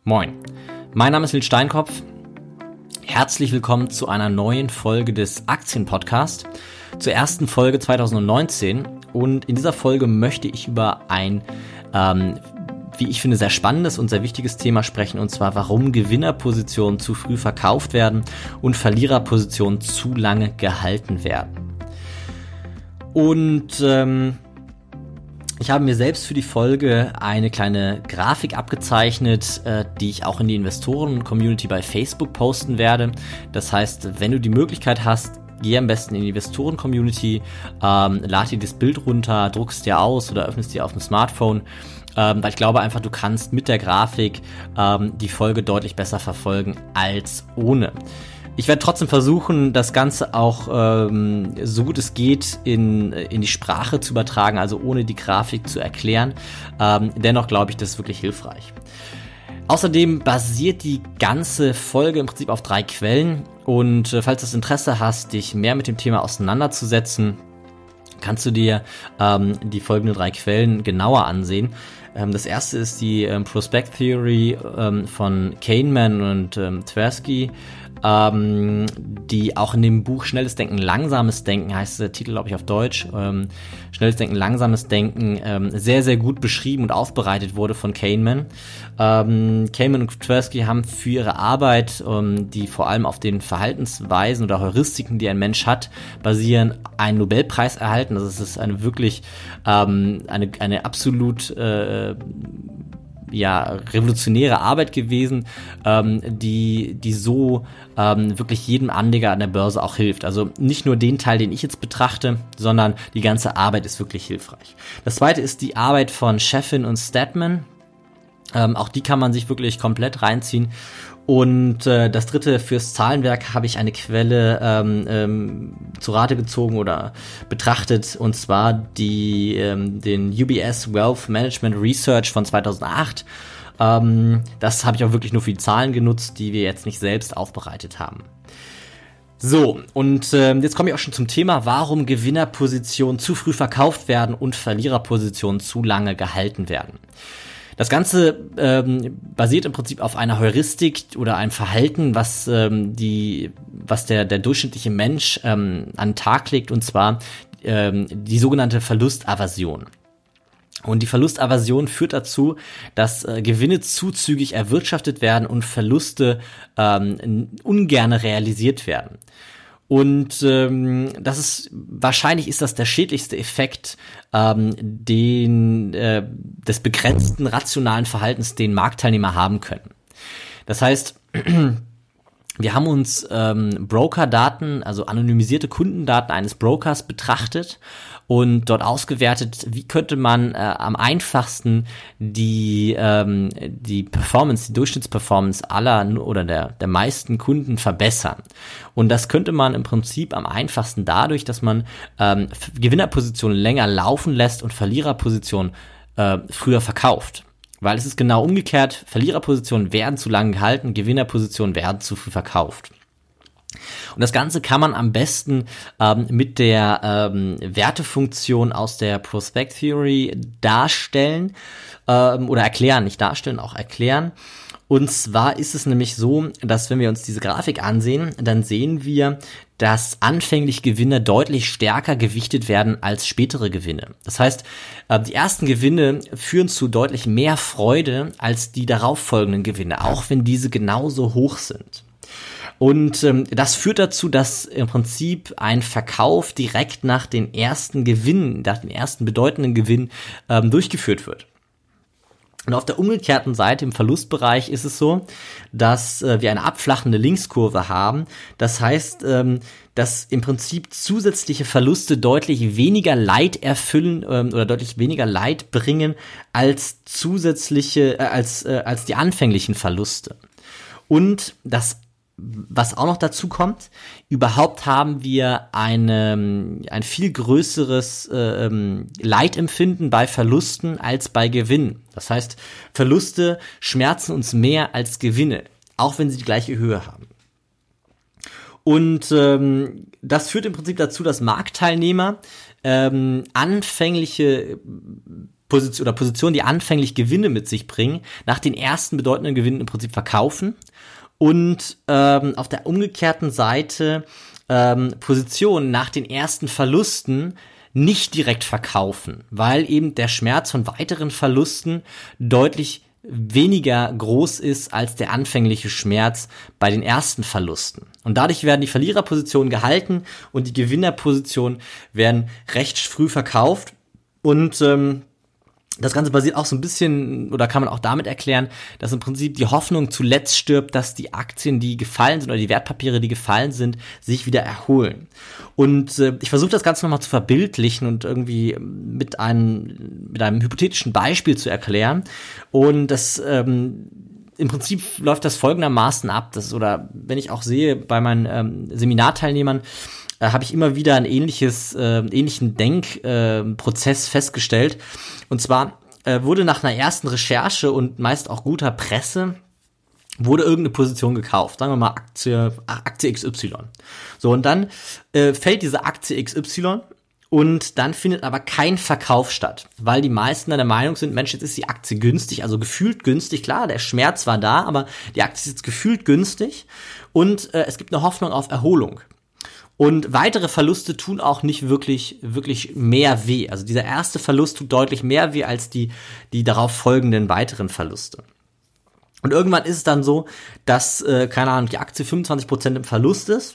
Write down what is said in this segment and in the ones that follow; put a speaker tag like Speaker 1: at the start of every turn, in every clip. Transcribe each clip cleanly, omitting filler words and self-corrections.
Speaker 1: Moin, mein Name ist Nils Steinkopf. Herzlich willkommen zu einer neuen Folge des Aktienpodcasts, zur ersten Folge 2019. Und in dieser Folge möchte ich über ein, wie ich finde, sehr spannendes und sehr wichtiges Thema sprechen, und zwar, warum Gewinnerpositionen zu früh verkauft werden und Verliererpositionen zu lange gehalten werden. Und ich habe mir selbst für die Folge eine kleine Grafik abgezeichnet, die ich auch in die Investoren-Community bei Facebook posten werde. Das heißt, wenn du die Möglichkeit hast, geh am besten in die Investoren-Community, lad dir das Bild runter, druckst dir aus oder öffnest dir auf dem Smartphone, weil ich glaube einfach, du kannst mit der Grafik die Folge deutlich besser verfolgen als ohne. Ich werde trotzdem versuchen, das Ganze auch so gut es geht in die Sprache zu übertragen, also ohne die Grafik zu erklären. Dennoch glaube ich, das ist wirklich hilfreich. Außerdem basiert die ganze Folge im Prinzip auf 3 Quellen, und falls du das Interesse hast, dich mehr mit dem Thema auseinanderzusetzen, kannst du dir die folgenden 3 Quellen genauer ansehen. Das erste ist die Prospect Theory von Kahneman und Tversky, die auch in dem Buch Schnelles Denken, Langsames Denken, heißt der Titel, glaube ich, auf Deutsch, Schnelles Denken, Langsames Denken, sehr, sehr gut beschrieben und aufbereitet wurde von Kahneman. Kahneman und Tversky haben für ihre Arbeit, die vor allem auf den Verhaltensweisen oder Heuristiken, die ein Mensch hat, basieren, einen Nobelpreis erhalten. Also es ist eine wirklich eine absolut revolutionäre Arbeit gewesen, die so wirklich jedem Anleger an der Börse auch hilft. Also nicht nur den Teil, den ich jetzt betrachte, sondern die ganze Arbeit ist wirklich hilfreich. Das zweite ist die Arbeit von Sheffin und Stedman. Auch die kann man sich wirklich komplett reinziehen. Und das dritte, fürs Zahlenwerk habe ich eine Quelle zu Rate gezogen oder betrachtet, und zwar den UBS Wealth Management Research von 2008. Das habe ich auch wirklich nur für die Zahlen genutzt, die wir jetzt nicht selbst aufbereitet haben. So, und jetzt komme ich auch schon zum Thema, warum Gewinnerpositionen zu früh verkauft werden und Verliererpositionen zu lange gehalten werden. Das Ganze basiert im Prinzip auf einer Heuristik oder einem Verhalten, was der durchschnittliche Mensch an den Tag legt, und zwar die sogenannte Verlustaversion. Und die Verlustaversion führt dazu, dass Gewinne zu zügig erwirtschaftet werden und Verluste ungerne realisiert werden. Und wahrscheinlich ist das der schädlichste Effekt des begrenzten rationalen Verhaltens, den Marktteilnehmer haben können. Das heißt, wir haben uns Broker-Daten, also anonymisierte Kundendaten eines Brokers betrachtet und dort ausgewertet, wie könnte man am einfachsten die Performance, die Durchschnittsperformance aller oder der meisten Kunden verbessern. Und das könnte man im Prinzip am einfachsten dadurch, dass man Gewinnerpositionen länger laufen lässt und Verliererpositionen früher verkauft. Weil es ist genau umgekehrt, Verliererpositionen werden zu lange gehalten, Gewinnerpositionen werden zu früh verkauft. Und das Ganze kann man am besten mit der Wertefunktion aus der Prospect Theory darstellen oder erklären, nicht darstellen, auch erklären. Und zwar ist es nämlich so, dass wenn wir uns diese Grafik ansehen, dann sehen wir, dass anfänglich Gewinne deutlich stärker gewichtet werden als spätere Gewinne. Das heißt, die ersten Gewinne führen zu deutlich mehr Freude als die darauffolgenden Gewinne, auch wenn diese genauso hoch sind. Und das führt dazu, dass im Prinzip ein Verkauf direkt nach den ersten Gewinnen, nach den ersten bedeutenden Gewinnen durchgeführt wird. Und auf der umgekehrten Seite, im Verlustbereich, ist es so, dass wir eine abflachende Linkskurve haben. Das heißt, dass im Prinzip zusätzliche Verluste deutlich weniger Leid erfüllen oder deutlich weniger Leid bringen als als die anfänglichen Verluste. Und das, was auch noch dazu kommt, überhaupt haben wir ein viel größeres Leidempfinden bei Verlusten als bei Gewinnen. Das heißt, Verluste schmerzen uns mehr als Gewinne, auch wenn sie die gleiche Höhe haben. Und das führt im Prinzip dazu, dass Marktteilnehmer anfängliche Positionen, die anfänglich Gewinne mit sich bringen, nach den ersten bedeutenden Gewinnen im Prinzip verkaufen und auf der umgekehrten Seite Positionen nach den ersten Verlusten nicht direkt verkaufen, weil eben der Schmerz von weiteren Verlusten deutlich weniger groß ist als der anfängliche Schmerz bei den ersten Verlusten. Und dadurch werden die Verliererpositionen gehalten und die Gewinnerpositionen werden recht früh verkauft. Und das Ganze basiert auch so ein bisschen, oder kann man auch damit erklären, dass im Prinzip die Hoffnung zuletzt stirbt, dass die Aktien, die gefallen sind, oder die Wertpapiere, die gefallen sind, sich wieder erholen. Und ich versuche das Ganze nochmal zu verbildlichen und irgendwie mit einem hypothetischen Beispiel zu erklären. Und das im Prinzip läuft das folgendermaßen ab, oder wenn ich auch sehe bei meinen Seminarteilnehmern, habe ich immer wieder einen ähnlichen Denkprozess festgestellt. Und zwar wurde nach einer ersten Recherche und meist auch guter Presse wurde irgendeine Position gekauft, sagen wir mal Aktie XY. So, und dann fällt diese Aktie XY und dann findet aber kein Verkauf statt, weil die meisten dann der Meinung sind, Mensch, jetzt ist die Aktie günstig, also gefühlt günstig, klar, der Schmerz war da, aber die Aktie ist jetzt gefühlt günstig und es gibt eine Hoffnung auf Erholung. Und weitere Verluste tun auch nicht wirklich mehr weh. Also dieser erste Verlust tut deutlich mehr weh als die darauf folgenden weiteren Verluste. Und irgendwann ist es dann so, dass, keine Ahnung, die Aktie 25% im Verlust ist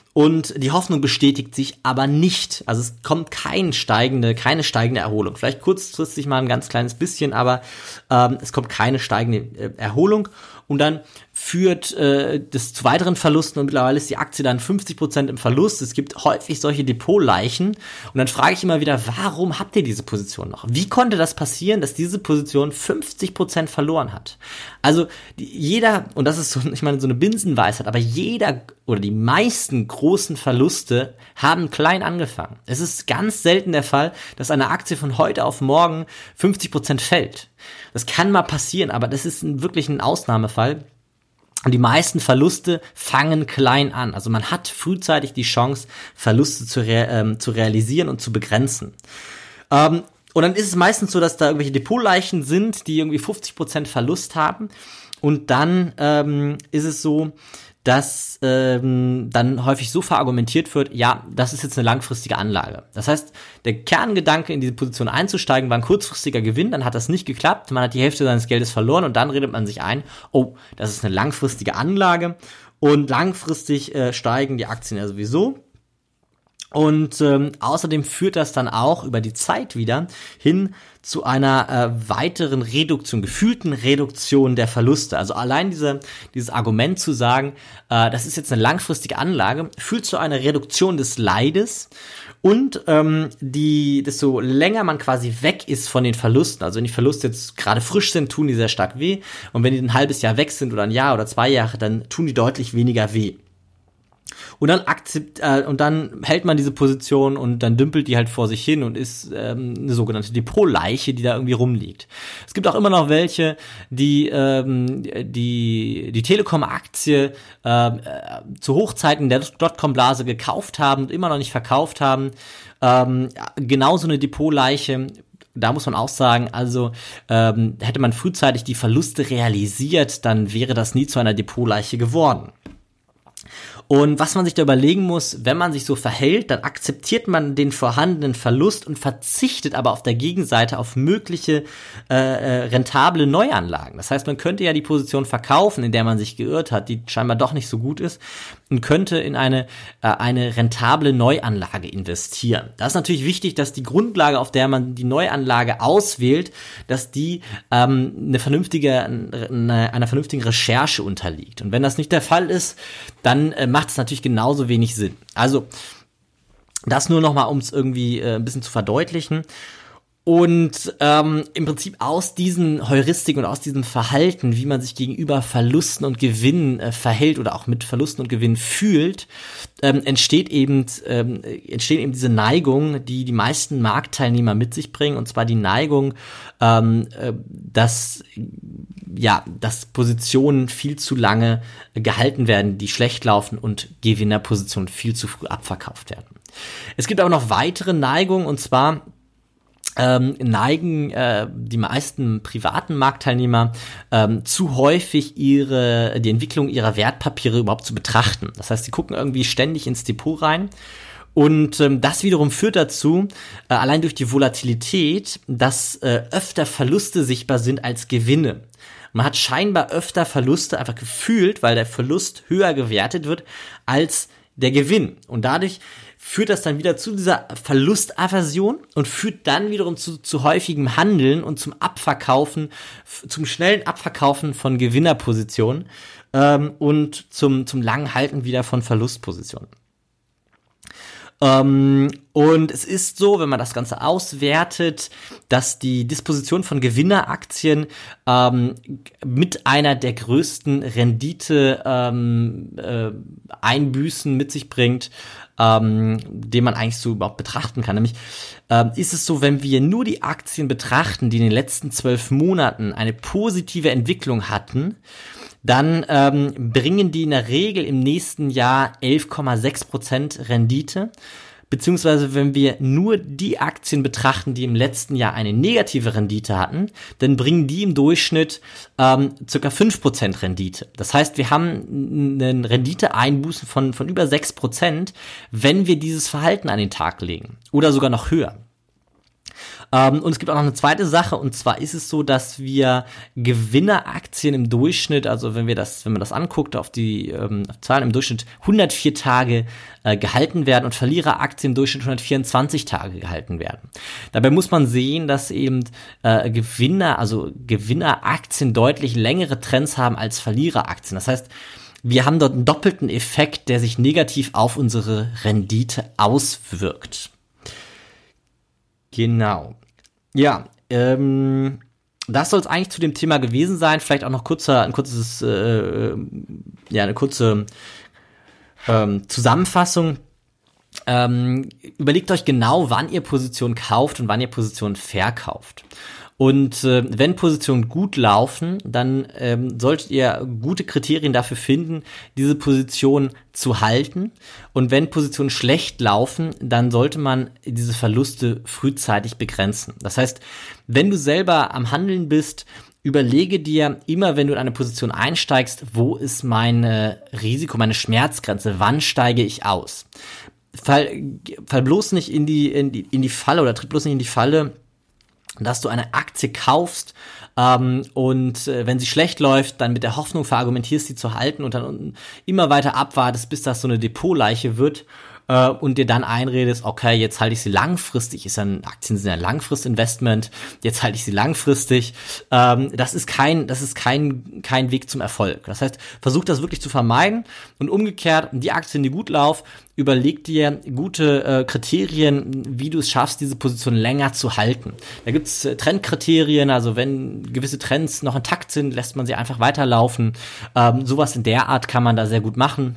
Speaker 1: und die Hoffnung bestätigt sich aber nicht. Also es kommt keine steigende Erholung. Vielleicht kurzfristig mal ein ganz kleines bisschen, aber es kommt keine steigende Erholung. Und dann führt das zu weiteren Verlusten und mittlerweile ist die Aktie dann 50% im Verlust. Es gibt häufig solche Depotleichen und dann frage ich immer wieder, warum habt ihr diese Position noch? Wie konnte das passieren, dass diese Position 50% verloren hat? Also jeder, und das ist so, ich meine, so eine Binsenweisheit, aber jeder oder die meisten großen Verluste haben klein angefangen. Es ist ganz selten der Fall, dass eine Aktie von heute auf morgen 50% fällt. Das kann mal passieren, aber das ist wirklich ein Ausnahmefall. Und die meisten Verluste fangen klein an. Also man hat frühzeitig die Chance, Verluste zu realisieren und zu begrenzen. Und dann ist es meistens so, dass da irgendwelche Depotleichen sind, die irgendwie 50% Verlust haben. Und dann ist es so, dass dann häufig so verargumentiert wird, ja, das ist jetzt eine langfristige Anlage. Das heißt, der Kerngedanke, in diese Position einzusteigen, war ein kurzfristiger Gewinn, dann hat das nicht geklappt, man hat die Hälfte seines Geldes verloren und dann redet man sich ein, oh, das ist eine langfristige Anlage und langfristig steigen die Aktien ja sowieso. Und außerdem führt das dann auch über die Zeit wieder hin zu einer weiteren Reduktion, gefühlten Reduktion der Verluste. Also allein dieses Argument zu sagen, das ist jetzt eine langfristige Anlage, führt zu einer Reduktion des Leides. Und desto länger man quasi weg ist von den Verlusten, also wenn die Verluste jetzt gerade frisch sind, tun die sehr stark weh. Und wenn die ein halbes Jahr weg sind oder ein Jahr oder 2 Jahre, dann tun die deutlich weniger weh. Und dann hält man diese Position und dann dümpelt die halt vor sich hin und ist eine sogenannte Depotleiche, die da irgendwie rumliegt. Es gibt auch immer noch welche, die Telekom-Aktie zu Hochzeiten der Dotcom-Blase gekauft haben und immer noch nicht verkauft haben. Genauso eine Depotleiche. Da muss man auch sagen, also hätte man frühzeitig die Verluste realisiert, dann wäre das nie zu einer Depotleiche geworden. Und was man sich da überlegen muss, wenn man sich so verhält, dann akzeptiert man den vorhandenen Verlust und verzichtet aber auf der Gegenseite auf mögliche rentable Neuanlagen. Das heißt, man könnte ja die Position verkaufen, in der man sich geirrt hat, die scheinbar doch nicht so gut ist, und könnte in eine rentable Neuanlage investieren. Da ist natürlich wichtig, dass die Grundlage, auf der man die Neuanlage auswählt, dass die einer vernünftigen Recherche unterliegt. Und wenn das nicht der Fall ist, dann macht es natürlich genauso wenig Sinn. Also das nur nochmal, um es irgendwie ein bisschen zu verdeutlichen. Und im Prinzip aus diesen Heuristiken und aus diesem Verhalten, wie man sich gegenüber Verlusten und Gewinnen verhält oder auch mit Verlusten und Gewinnen fühlt, entsteht eben diese Neigung, die die meisten Marktteilnehmer mit sich bringen, und zwar die Neigung, dass Positionen viel zu lange gehalten werden, die schlecht laufen, und Gewinnerpositionen viel zu früh abverkauft werden. Es gibt aber noch weitere Neigungen, und zwar neigen die meisten privaten Marktteilnehmer zu häufig die Entwicklung ihrer Wertpapiere überhaupt zu betrachten. Das heißt, sie gucken irgendwie ständig ins Depot rein. Und das wiederum führt dazu, allein durch die Volatilität, dass öfter Verluste sichtbar sind als Gewinne. Man hat scheinbar öfter Verluste einfach gefühlt, weil der Verlust höher gewertet wird als der Gewinn. Und dadurch führt das dann wieder zu dieser Verlustaversion und führt dann wiederum zu häufigem Handeln und zum schnellen Abverkaufen von Gewinnerpositionen und zum langen Halten wieder von Verlustpositionen. Und es ist so, wenn man das Ganze auswertet, dass die Disposition Gewinneraktien mit einer der größten Rendite Einbüßen mit sich bringt, den man eigentlich so überhaupt betrachten kann. Nämlich ist es so, wenn wir nur die Aktien betrachten, die in den letzten 12 Monaten eine positive Entwicklung hatten, dann bringen die in der Regel im nächsten Jahr 11,6% Rendite. Beziehungsweise wenn wir nur die Aktien betrachten, die im letzten Jahr eine negative Rendite hatten, dann bringen die im Durchschnitt ca. 5% Rendite. Das heißt, wir haben einen Renditeeinbußen von über 6%, wenn wir dieses Verhalten an den Tag legen. Oder sogar noch höher. Und es gibt auch noch eine zweite Sache, und zwar ist es so, dass wir Gewinneraktien im Durchschnitt, also wenn man das anguckt auf die Zahlen, im Durchschnitt 104 Tage gehalten werden und Verliereraktien im Durchschnitt 124 Tage gehalten werden. Dabei muss man sehen, dass eben Gewinneraktien deutlich längere Trends haben als Verliereraktien. Das heißt, wir haben dort einen doppelten Effekt, der sich negativ auf unsere Rendite auswirkt. Genau. Ja, das soll es eigentlich zu dem Thema gewesen sein. Vielleicht auch noch eine kurze Zusammenfassung. Überlegt euch genau, wann ihr Positionen kauft und wann ihr Positionen verkauft. Und wenn Positionen gut laufen, dann solltet ihr gute Kriterien dafür finden, diese Position zu halten. Und wenn Positionen schlecht laufen, dann sollte man diese Verluste frühzeitig begrenzen. Das heißt, wenn du selber am Handeln bist, überlege dir immer, wenn du in eine Position einsteigst, wo ist meine Schmerzgrenze, wann steige ich aus? Fall bloß nicht in die Falle oder tritt bloß nicht in die Falle, dass du eine Aktie kaufst und wenn sie schlecht läuft, dann mit der Hoffnung verargumentierst, sie zu halten und dann immer weiter abwartest, bis das so eine Depotleiche wird und dir dann einredest, okay, jetzt halte ich sie langfristig, Aktien sind ein Langfristinvestment, jetzt halte ich sie langfristig. Das ist kein Weg zum Erfolg. Das heißt, versuch das wirklich zu vermeiden und umgekehrt, die Aktien, die gut laufen, überleg dir gute Kriterien, wie du es schaffst, diese Position länger zu halten. Da gibt's Trendkriterien, also wenn gewisse Trends noch intakt sind, lässt man sie einfach weiterlaufen. Sowas in der Art kann man da sehr gut machen.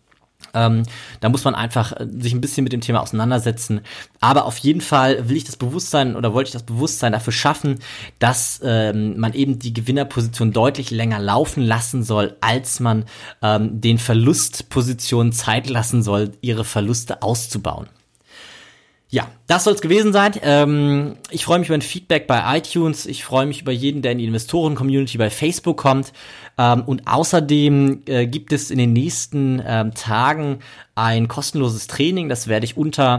Speaker 1: Da muss man einfach sich ein bisschen mit dem Thema auseinandersetzen. Aber auf jeden Fall wollte ich das Bewusstsein dafür schaffen, dass man eben die Gewinnerposition deutlich länger laufen lassen soll, als man den Verlustpositionen Zeit lassen soll, ihre Verluste auszubauen. Ja, das soll es gewesen sein. Ich freue mich über ein Feedback bei iTunes. Ich freue mich über jeden, der in die Investoren-Community bei Facebook kommt. Und außerdem gibt es in den nächsten Tagen ein kostenloses Training. Das werde ich unter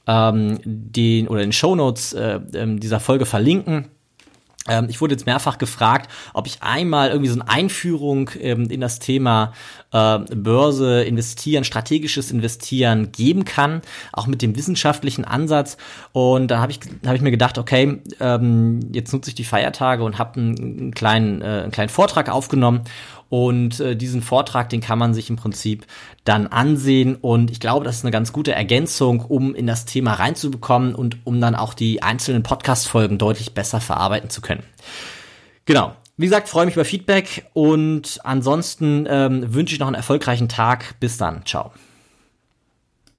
Speaker 1: den Shownotes dieser Folge verlinken. Ich wurde jetzt mehrfach gefragt, ob ich einmal irgendwie so eine Einführung in das Thema Börse, Investieren, strategisches Investieren geben kann, auch mit dem wissenschaftlichen Ansatz. Und da habe ich mir gedacht, okay, jetzt nutze ich die Feiertage und habe einen kleinen Vortrag aufgenommen. Und diesen Vortrag, den kann man sich im Prinzip dann ansehen. Und ich glaube, das ist eine ganz gute Ergänzung, um in das Thema reinzubekommen und um dann auch die einzelnen Podcast-Folgen deutlich besser verarbeiten zu können. Genau. Wie gesagt, freue mich über Feedback und ansonsten wünsche ich noch einen erfolgreichen Tag. Bis dann. Ciao.